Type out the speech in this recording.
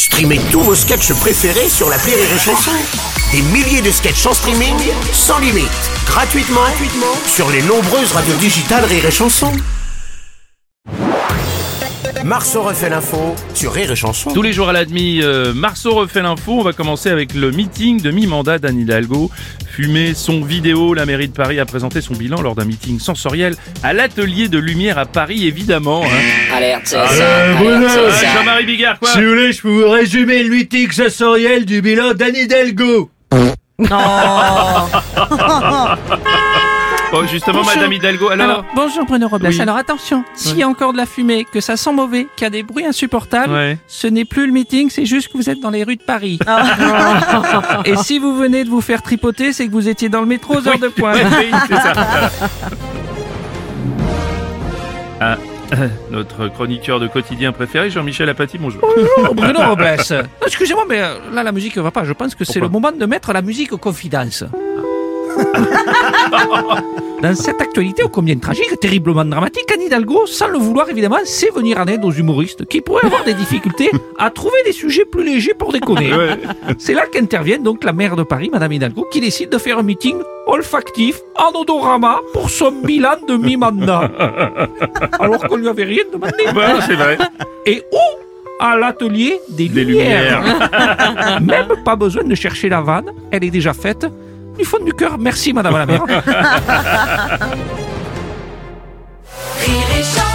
Streamez tous vos sketchs préférés sur l'appli Rire et Chanson. Des milliers de sketchs en streaming, sans limite, gratuitement sur les nombreuses radios digitales Rire et Chanson. Marceau refait l'info sur Rire et Chanson. Tous les jours à la demi, Marceau refait l'info. On va commencer avec le meeting de mi-mandat d'Anne Hidalgo. Fumée, son vidéo, la mairie de Paris a présenté son bilan lors d'un meeting sensoriel à l'atelier de lumière à Paris, évidemment. Alerte, c'est Bruno, Jean-Marie Bigard, quoi. Si vous voulez, je peux vous résumer le meeting sensoriel du bilan d'Anne Hidalgo. Oh, justement, Bonjour. Madame Hidalgo, alors Bonjour Bruno Robles. Oui. Alors attention, s'il y a encore de la fumée, que ça sent mauvais, qu'il y a des bruits insupportables, Ouais. ce n'est plus le meeting, c'est juste que vous êtes dans les rues de Paris. Et si vous venez de vous faire tripoter, c'est que vous étiez dans le métro aux heures de pointe. Oui, c'est ça. Ah, notre chroniqueur de quotidien préféré, Jean-Michel Apathy, bonjour. Bonjour Bruno Robles. Non, excusez-moi, mais là la musique va pas. Je pense que c'est Pourquoi le moment de mettre la musique aux confidences. Dans cette actualité ô combien tragique, terriblement dramatique, Anne Hidalgo, sans le vouloir évidemment, sait venir en aide aux humoristes qui pourraient avoir des difficultés à trouver des sujets plus légers pour déconner. Ouais. C'est là qu'intervient donc la maire de Paris, Madame Hidalgo, qui décide de faire un meeting olfactif en odorama pour son bilan de mi-mandat. Alors qu'on lui avait rien demandé. Bon, c'est vrai. Et où? À l'atelier des lumières. Même pas besoin de chercher la vanne, elle est déjà faite. Du fond du cœur, merci Madame la maire. Rire et Chanson.